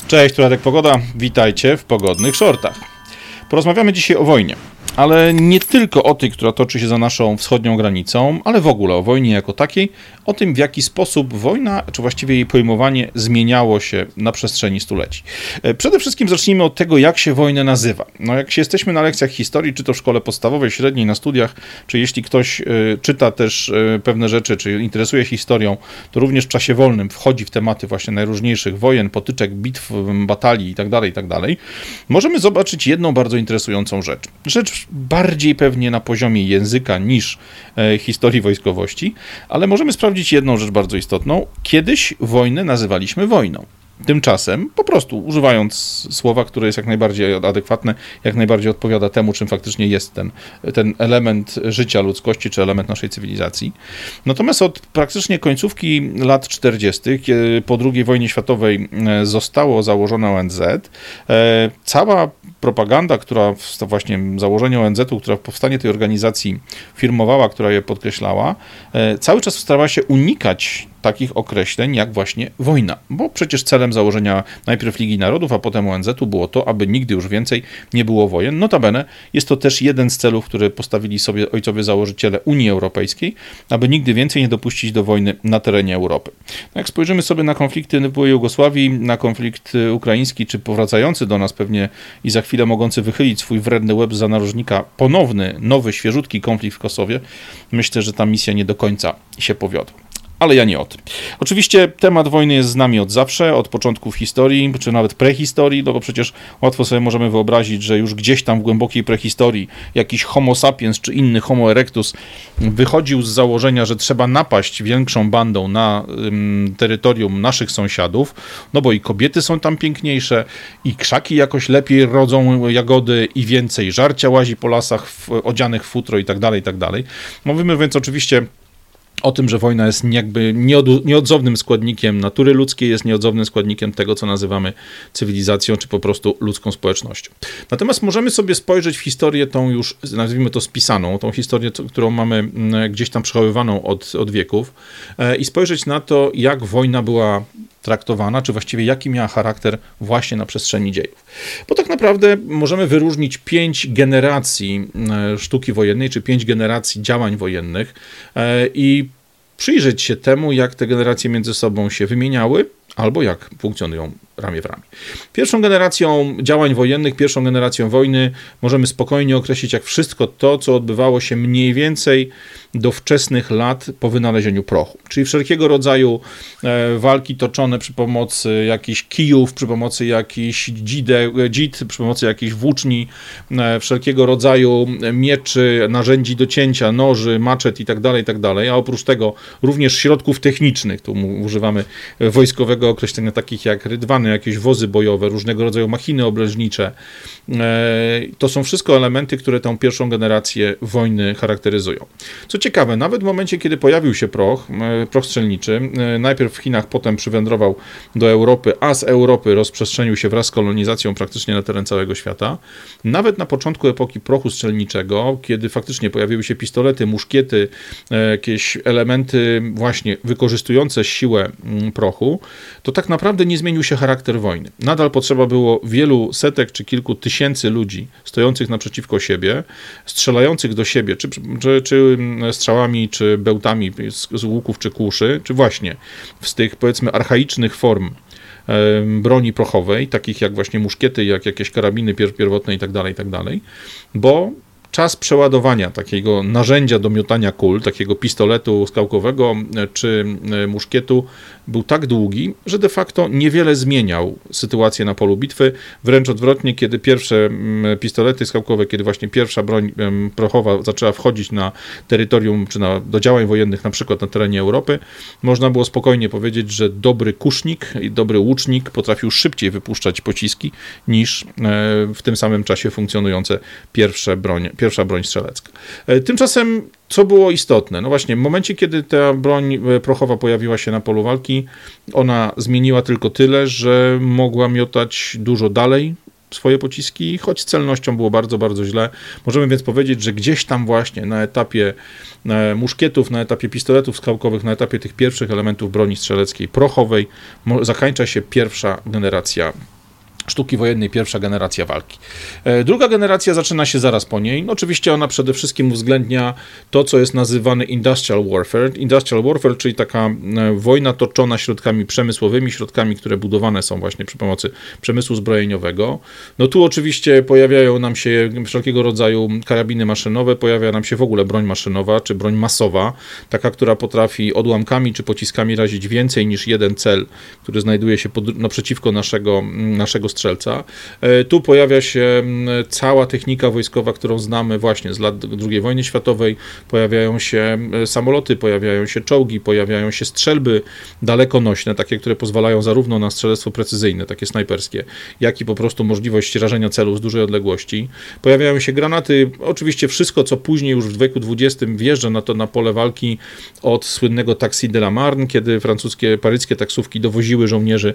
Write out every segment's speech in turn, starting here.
Cześć, tu Radek Pogoda, witajcie w Pogodnych Shortach. Porozmawiamy dzisiaj o wojnie, ale nie tylko o tej, która toczy się za naszą wschodnią granicą, ale w ogóle o wojnie jako takiej, o tym, w jaki sposób wojna, czy właściwie jej pojmowanie zmieniało się na przestrzeni stuleci. Przede wszystkim zacznijmy od tego, jak się wojnę nazywa. No, jak się jesteśmy na lekcjach historii, czy to w szkole podstawowej, średniej, na studiach, czy jeśli ktoś czyta też pewne rzeczy, czy interesuje się historią, to również w czasie wolnym wchodzi w tematy właśnie najróżniejszych wojen, potyczek, bitw, batalii itd., możemy zobaczyć jedną bardzo interesującą rzecz. Rzecz bardziej pewnie na poziomie języka niż historii wojskowości, ale możemy sprawdzić jedną rzecz bardzo istotną. Kiedyś wojnę nazywaliśmy wojną. Tymczasem, po prostu używając słowa, które jest jak najbardziej adekwatne, jak najbardziej odpowiada temu, czym faktycznie jest ten element życia ludzkości, czy element naszej cywilizacji. Natomiast od praktycznie końcówki lat 40., po II wojnie światowej zostało założone ONZ, cała propaganda, która właśnie założenie ONZ-u, która w powstanie tej organizacji firmowała, która je podkreślała, cały czas starała się unikać takich określeń jak właśnie wojna, bo przecież celem założenia najpierw Ligi Narodów, a potem ONZ-u było to, aby nigdy już więcej nie było wojen. Notabene jest to też jeden z celów, które postawili sobie ojcowie założyciele Unii Europejskiej, aby nigdy więcej nie dopuścić do wojny na terenie Europy. Jak spojrzymy sobie na konflikty w byłej Jugosławii, na konflikt ukraiński, czy powracający do nas pewnie i za chwilę mogący wychylić swój wredny łeb za narożnika ponowny, nowy, świeżutki konflikt w Kosowie, myślę, że ta misja nie do końca się powiodła. Ale ja nie o tym. Oczywiście temat wojny jest z nami od zawsze, od początków historii, czy nawet prehistorii, no bo przecież łatwo sobie możemy wyobrazić, że już gdzieś tam w głębokiej prehistorii jakiś homo sapiens, czy inny homo erectus wychodził z założenia, że trzeba napaść większą bandą na terytorium naszych sąsiadów, no bo i kobiety są tam piękniejsze, i krzaki jakoś lepiej rodzą jagody, i więcej żarcia łazi po lasach odzianych w futro i tak dalej. Mówimy więc oczywiście o tym, że wojna jest jakby nieodzownym składnikiem natury ludzkiej, jest nieodzownym składnikiem tego, co nazywamy cywilizacją, czy po prostu ludzką społecznością. Natomiast możemy sobie spojrzeć w historię tą już, nazwijmy to spisaną, tą historię, którą mamy gdzieś tam przechowywaną od wieków, i spojrzeć na to, jak wojna była traktowana, czy właściwie jaki miała charakter właśnie na przestrzeni dziejów. Bo tak naprawdę możemy wyróżnić 5 generacji sztuki wojennej, czy 5 generacji działań wojennych i przyjrzeć się temu, jak te generacje między sobą się wymieniały, albo jak funkcjonują ramię w ramię. Pierwszą generacją działań wojennych, pierwszą generacją wojny możemy spokojnie określić jak wszystko to, co odbywało się mniej więcej do wczesnych lat po wynalezieniu prochu. Czyli wszelkiego rodzaju walki toczone przy pomocy jakichś kijów, przy pomocy jakichś dzid, przy pomocy jakichś włóczni, wszelkiego rodzaju mieczy, narzędzi do cięcia, noży, maczet i tak dalej, a oprócz tego również środków technicznych. Tu używamy wojskowego określenia takich jak rydwany, jakieś wozy bojowe, różnego rodzaju machiny obrężnicze. To są wszystko elementy, które tę pierwszą generację wojny charakteryzują. Co ciekawe, nawet w momencie, kiedy pojawił się proch strzelniczy, najpierw w Chinach, potem przywędrował do Europy, a z Europy rozprzestrzenił się wraz z kolonizacją praktycznie na teren całego świata. Nawet na początku epoki prochu strzelniczego, kiedy faktycznie pojawiły się pistolety, muszkiety, jakieś elementy właśnie wykorzystujące siłę prochu, to tak naprawdę nie zmienił się charakter wojny. Nadal potrzeba było wielu setek czy kilku tysięcy ludzi stojących naprzeciwko siebie, strzelających do siebie, czy strzałami, czy bełtami z łuków, czy kłuszy, czy właśnie z tych, powiedzmy, archaicznych form broni prochowej, takich jak właśnie muszkiety, jak jakieś karabiny pierwotne i tak dalej, bo czas przeładowania takiego narzędzia do miotania kul, takiego pistoletu skałkowego czy muszkietu był tak długi, że de facto niewiele zmieniał sytuację na polu bitwy. Wręcz odwrotnie, kiedy pierwsze pistolety skałkowe, kiedy właśnie pierwsza broń prochowa zaczęła wchodzić na terytorium, czy do działań wojennych, na przykład na terenie Europy, można było spokojnie powiedzieć, że dobry kusznik i dobry łucznik potrafił szybciej wypuszczać pociski niż w tym samym czasie funkcjonujące pierwsza broń strzelecka. Tymczasem co było istotne? No właśnie, w momencie, kiedy ta broń prochowa pojawiła się na polu walki, ona zmieniła tylko tyle, że mogła miotać dużo dalej swoje pociski, choć z celnością było bardzo, bardzo źle. Możemy więc powiedzieć, że gdzieś tam właśnie na etapie muszkietów, na etapie pistoletów skałkowych, na etapie tych pierwszych elementów broni strzeleckiej prochowej zakańcza się pierwsza generacja sztuki wojennej, pierwsza generacja walki. Druga generacja zaczyna się zaraz po niej. No, oczywiście ona przede wszystkim uwzględnia to, co jest nazywane industrial warfare. Industrial warfare, czyli taka wojna toczona środkami przemysłowymi, środkami, które budowane są właśnie przy pomocy przemysłu zbrojeniowego. No tu oczywiście pojawiają nam się wszelkiego rodzaju karabiny maszynowe, pojawia nam się w ogóle broń maszynowa, czy broń masowa, taka, która potrafi odłamkami czy pociskami razić więcej niż jeden cel, który znajduje się naprzeciwko naszego strzelca. Tu pojawia się cała technika wojskowa, którą znamy właśnie z lat II wojny światowej. Pojawiają się samoloty, pojawiają się czołgi, pojawiają się strzelby dalekonośne, takie, które pozwalają zarówno na strzelectwo precyzyjne, takie snajperskie, jak i po prostu możliwość rażenia celu z dużej odległości. Pojawiają się granaty, oczywiście wszystko, co później już w wieku XX wjeżdża na pole walki, od słynnego Taxi de la Marne, kiedy paryskie taksówki dowoziły żołnierzy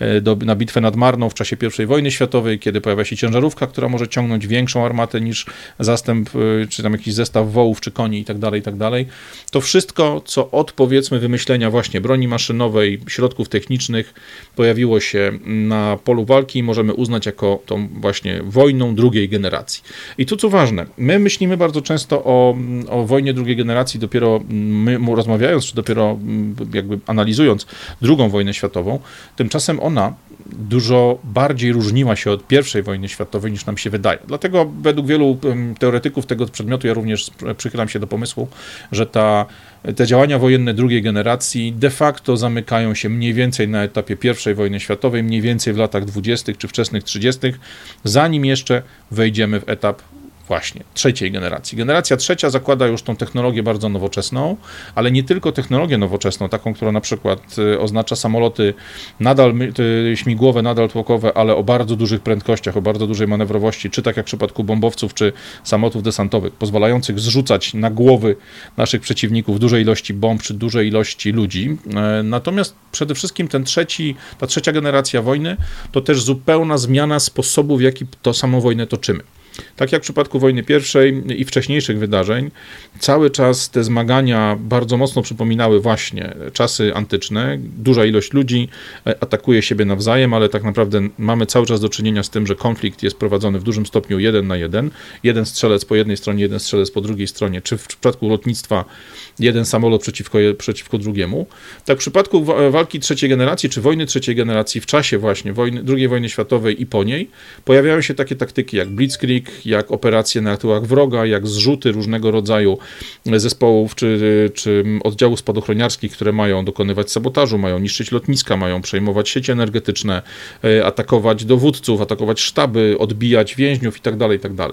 na bitwę nad Marną w czasie I wojny światowej, kiedy pojawia się ciężarówka, która może ciągnąć większą armatę niż zastęp, czy tam jakiś zestaw wołów, czy koni i tak dalej. To wszystko, co od powiedzmy wymyślenia właśnie broni maszynowej, środków technicznych pojawiło się na polu walki, możemy uznać jako tą właśnie wojną drugiej generacji. I tu co ważne, my myślimy bardzo często o wojnie drugiej generacji dopiero my rozmawiając, czy dopiero jakby analizując II wojnę światową, tymczasem ona dużo bardziej różniła się od I wojny światowej niż nam się wydaje. Dlatego według wielu teoretyków tego przedmiotu ja również przychylam się do pomysłu, że te działania wojenne drugiej generacji de facto zamykają się mniej więcej na etapie I wojny światowej, mniej więcej w latach 20. czy wczesnych 30., zanim jeszcze wejdziemy w etap właśnie trzeciej generacji. Generacja trzecia zakłada już tą technologię bardzo nowoczesną, ale nie tylko technologię nowoczesną, taką, która na przykład oznacza samoloty nadal śmigłowe, nadal tłokowe, ale o bardzo dużych prędkościach, o bardzo dużej manewrowości, czy tak jak w przypadku bombowców, czy samolotów desantowych, pozwalających zrzucać na głowy naszych przeciwników duże ilości bomb, czy duże ilości ludzi. Natomiast przede wszystkim ta trzecia generacja wojny to też zupełna zmiana sposobu, w jaki to samą wojnę toczymy. Tak jak w przypadku wojny I i wcześniejszych wydarzeń, cały czas te zmagania bardzo mocno przypominały właśnie czasy antyczne. Duża ilość ludzi atakuje siebie nawzajem, ale tak naprawdę mamy cały czas do czynienia z tym, że konflikt jest prowadzony w dużym stopniu 1 na 1. Jeden strzelec po jednej stronie, jeden strzelec po drugiej stronie, czy w przypadku lotnictwa jeden samolot przeciwko drugiemu. Tak w przypadku walki trzeciej generacji, czy wojny trzeciej generacji, w czasie właśnie II wojny światowej i po niej, pojawiają się takie taktyki jak Blitzkrieg, jak operacje na tyłach wroga, jak zrzuty różnego rodzaju zespołów czy oddziałów spadochroniarskich, które mają dokonywać sabotażu, mają niszczyć lotniska, mają przejmować sieci energetyczne, atakować dowódców, atakować sztaby, odbijać więźniów itd.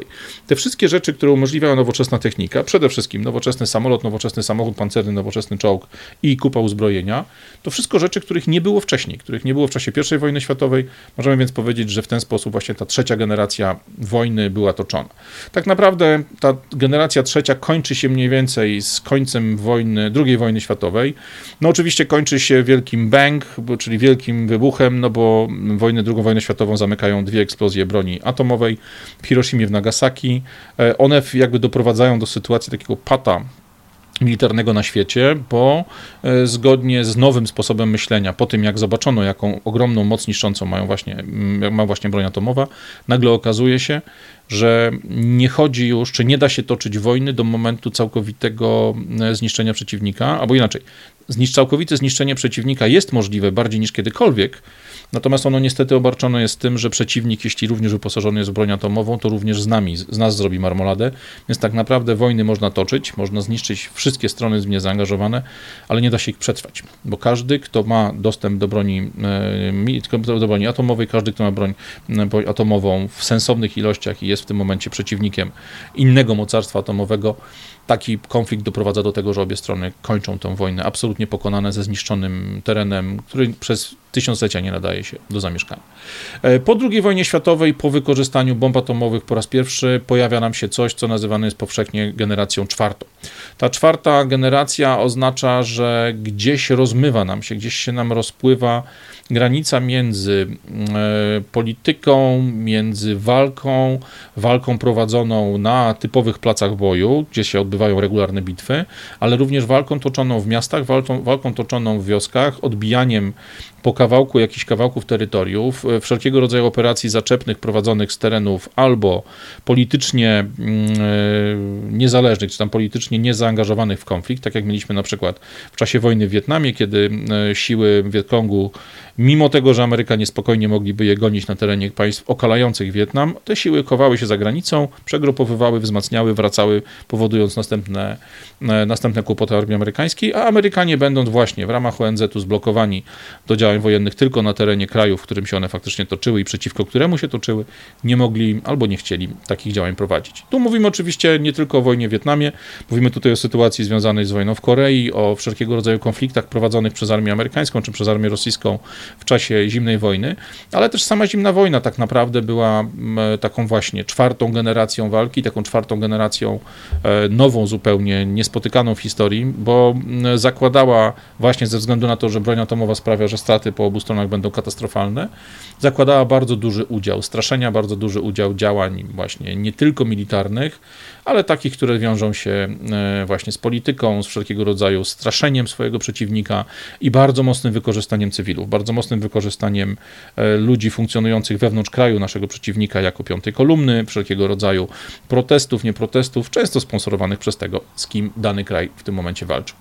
Te wszystkie rzeczy, które umożliwiają nowoczesna technika, przede wszystkim nowoczesny samolot, nowoczesny samochód pancerny, nowoczesny czołg i kupa uzbrojenia, to wszystko rzeczy, których nie było wcześniej, których nie było w czasie I wojny światowej. Możemy więc powiedzieć, że w ten sposób właśnie ta trzecia generacja wojny była toczona. Tak naprawdę ta generacja trzecia kończy się mniej więcej z końcem II wojny światowej. No oczywiście kończy się wielkim bang, czyli wielkim wybuchem, no bo II wojnę światową zamykają dwie eksplozje broni atomowej w Hiroshimie, w Nagasaki. One jakby doprowadzają do sytuacji takiego pata militarnego na świecie, bo zgodnie z nowym sposobem myślenia, po tym jak zobaczono, jaką ogromną moc niszczącą ma właśnie broń atomowa, nagle okazuje się, że nie chodzi już, czy nie da się toczyć wojny do momentu całkowitego zniszczenia przeciwnika, albo inaczej, całkowite zniszczenie przeciwnika jest możliwe bardziej niż kiedykolwiek, natomiast ono niestety obarczone jest tym, że przeciwnik, jeśli również wyposażony jest w broń atomową, to również z nas zrobi marmoladę, więc tak naprawdę wojny można toczyć, można zniszczyć wszystkie strony w nie zaangażowane, ale nie da się ich przetrwać, bo każdy, kto ma dostęp do broni atomowej, każdy, kto ma broń atomową w sensownych ilościach i jest w tym momencie przeciwnikiem innego mocarstwa atomowego, taki konflikt doprowadza do tego, że obie strony kończą tę wojnę absolutnie pokonane ze zniszczonym terenem, który przez tysiąclecia nie nadaje się do zamieszkania. Po II wojnie światowej, po wykorzystaniu bomb atomowych po raz pierwszy pojawia nam się coś, co nazywane jest powszechnie generacją czwartą. Ta czwarta generacja oznacza, że gdzieś rozmywa nam się, gdzieś się nam rozpływa granica między polityką, między walką prowadzoną na typowych placach boju, gdzie się odbywają regularne bitwy, ale również walką toczoną w miastach, walką toczoną w wioskach, odbijaniem po kawałku jakichś kawałków terytoriów, wszelkiego rodzaju operacji zaczepnych prowadzonych z terenów albo politycznie niezależnych, czy tam politycznie niezaangażowanych w konflikt, tak jak mieliśmy na przykład w czasie wojny w Wietnamie, kiedy siły Wietkongu, mimo tego, że Amerykanie spokojnie mogliby je gonić na terenie państw okalających Wietnam, te siły chowały się za granicą, przegrupowywały, wzmacniały, wracały, powodując następne kłopoty armii amerykańskiej, a Amerykanie, będąc właśnie w ramach ONZ-u zblokowani do działań wojennych tylko na terenie kraju, w którym się one faktycznie toczyły i przeciwko któremu się toczyły, nie mogli albo nie chcieli takich działań prowadzić. Tu mówimy oczywiście nie tylko o wojnie w Wietnamie, mówimy tutaj o sytuacji związanej z wojną w Korei, o wszelkiego rodzaju konfliktach prowadzonych przez armię amerykańską czy przez armię rosyjską w czasie zimnej wojny, ale też sama zimna wojna tak naprawdę była taką właśnie czwartą generacją walki, taką czwartą generacją nową zupełnie, niespotykaną w historii, bo zakładała właśnie ze względu na to, że broń atomowa sprawia, że straty po obu stronach będą katastrofalne, zakładała bardzo duży udział straszenia, bardzo duży udział działań właśnie nie tylko militarnych, ale takich, które wiążą się właśnie z polityką, z wszelkiego rodzaju straszeniem swojego przeciwnika i bardzo mocnym wykorzystaniem cywilów, bardzo mocnym wykorzystaniem ludzi funkcjonujących wewnątrz kraju naszego przeciwnika jako piątej kolumny, wszelkiego rodzaju protestów, nieprotestów, często sponsorowanych przez tego, z kim dany kraj w tym momencie walczył.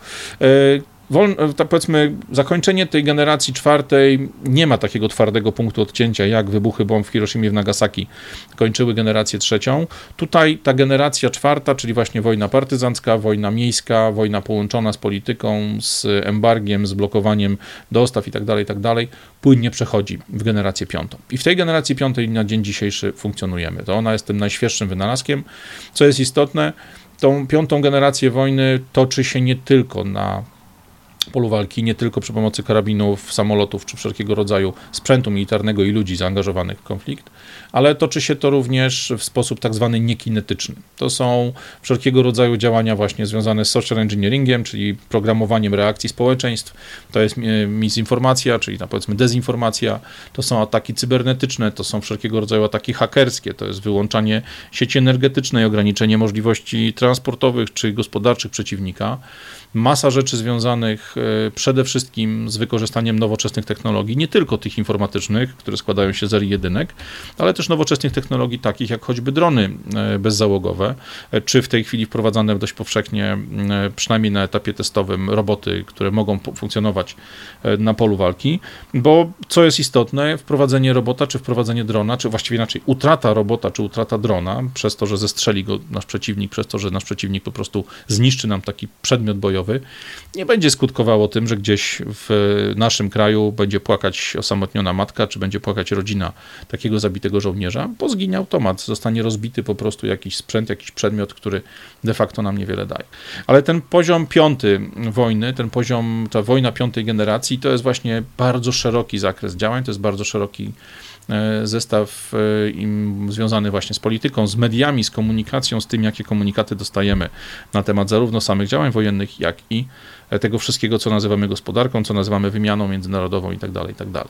Powiedzmy, zakończenie tej generacji czwartej nie ma takiego twardego punktu odcięcia, jak wybuchy bomb w Hiroshimie i w Nagasaki kończyły generację trzecią. Tutaj ta generacja czwarta, czyli właśnie wojna partyzancka, wojna miejska, wojna połączona z polityką, z embargiem, z blokowaniem dostaw itd., płynnie przechodzi w generację piątą. I w tej generacji piątej na dzień dzisiejszy funkcjonujemy. To ona jest tym najświeższym wynalazkiem. Co jest istotne, tą piątą generację wojny toczy się nie tylko na polu walki, nie tylko przy pomocy karabinów, samolotów czy wszelkiego rodzaju sprzętu militarnego i ludzi zaangażowanych w konflikt, ale toczy się to również w sposób tak zwany niekinetyczny. To są wszelkiego rodzaju działania właśnie związane z social engineeringiem, czyli programowaniem reakcji społeczeństw, to jest misinformacja, czyli powiedzmy dezinformacja, to są ataki cybernetyczne, to są wszelkiego rodzaju ataki hakerskie, to jest wyłączanie sieci energetycznej, ograniczenie możliwości transportowych czy gospodarczych przeciwnika. Masa rzeczy związanych przede wszystkim z wykorzystaniem nowoczesnych technologii, nie tylko tych informatycznych, które składają się z serii jedynek, ale też nowoczesnych technologii takich jak choćby drony bezzałogowe, czy w tej chwili wprowadzane dość powszechnie, przynajmniej na etapie testowym, roboty, które mogą funkcjonować na polu walki, bo co jest istotne, wprowadzenie robota, czy wprowadzenie drona, czy właściwie inaczej, utrata robota, czy utrata drona, przez to, że zestrzeli go nasz przeciwnik, przez to, że nasz przeciwnik po prostu zniszczy nam taki przedmiot bojowy, nie będzie skutkowało tym, że gdzieś w naszym kraju będzie płakać osamotniona matka, czy będzie płakać rodzina takiego zabitego żołnierza, bo zginie automat, zostanie rozbity po prostu jakiś sprzęt, jakiś przedmiot, który de facto nam niewiele daje. Ale ten poziom piąty wojny, ta wojna piątej generacji, to jest właśnie bardzo szeroki zakres działań, to jest bardzo szeroki zestaw związany właśnie z polityką, z mediami, z komunikacją, z tym, jakie komunikaty dostajemy na temat zarówno samych działań wojennych, jak i tego wszystkiego, co nazywamy gospodarką, co nazywamy wymianą międzynarodową itd.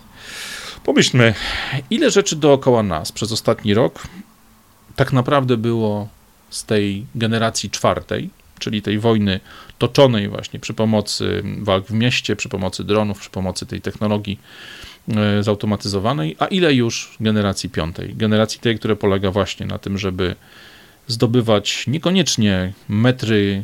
Pomyślmy, ile rzeczy dookoła nas przez ostatni rok tak naprawdę było z tej generacji czwartej, czyli tej wojny toczonej właśnie przy pomocy walk w mieście, przy pomocy dronów, przy pomocy tej technologii zautomatyzowanej, a ile już generacji piątej, generacji tej, która polega właśnie na tym, żeby zdobywać niekoniecznie metry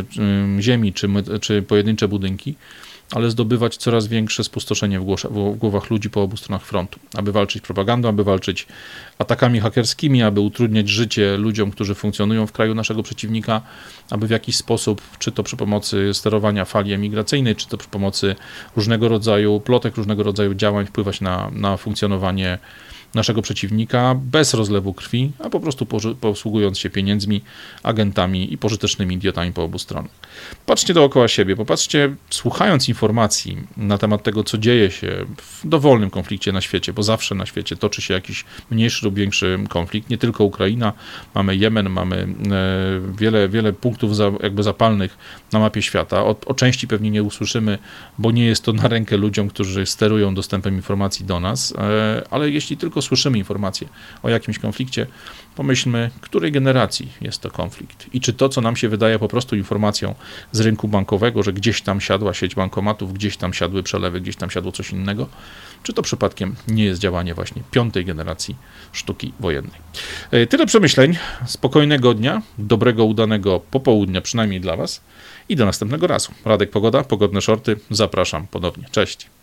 ziemi czy pojedyncze budynki, ale zdobywać coraz większe spustoszenie w głowach ludzi po obu stronach frontu, aby walczyć propagandą, aby walczyć atakami hakerskimi, aby utrudniać życie ludziom, którzy funkcjonują w kraju naszego przeciwnika, aby w jakiś sposób, czy to przy pomocy sterowania fali emigracyjnej, czy to przy pomocy różnego rodzaju plotek, różnego rodzaju działań wpływać na funkcjonowanie naszego przeciwnika bez rozlewu krwi, a po prostu posługując się pieniędzmi, agentami i pożytecznymi idiotami po obu stronach. Patrzcie dookoła siebie, popatrzcie, słuchając informacji na temat tego, co dzieje się w dowolnym konflikcie na świecie, bo zawsze na świecie toczy się jakiś mniejszy lub większy konflikt, nie tylko Ukraina, mamy Jemen, mamy wiele punktów jakby zapalnych na mapie świata. O części pewnie nie usłyszymy, bo nie jest to na rękę ludziom, którzy sterują dostępem informacji do nas, ale jeśli tylko słyszymy informacje o jakimś konflikcie, pomyślmy, której generacji jest to konflikt i czy to, co nam się wydaje po prostu informacją z rynku bankowego, że gdzieś tam siadła sieć bankomatów, gdzieś tam siadły przelewy, gdzieś tam siadło coś innego, czy to przypadkiem nie jest działanie właśnie 5. generacji sztuki wojennej. Tyle przemyśleń, spokojnego dnia, dobrego, udanego popołudnia, przynajmniej dla Was i do następnego razu. Radek Pogoda, Pogodne Shorty, zapraszam ponownie. Cześć.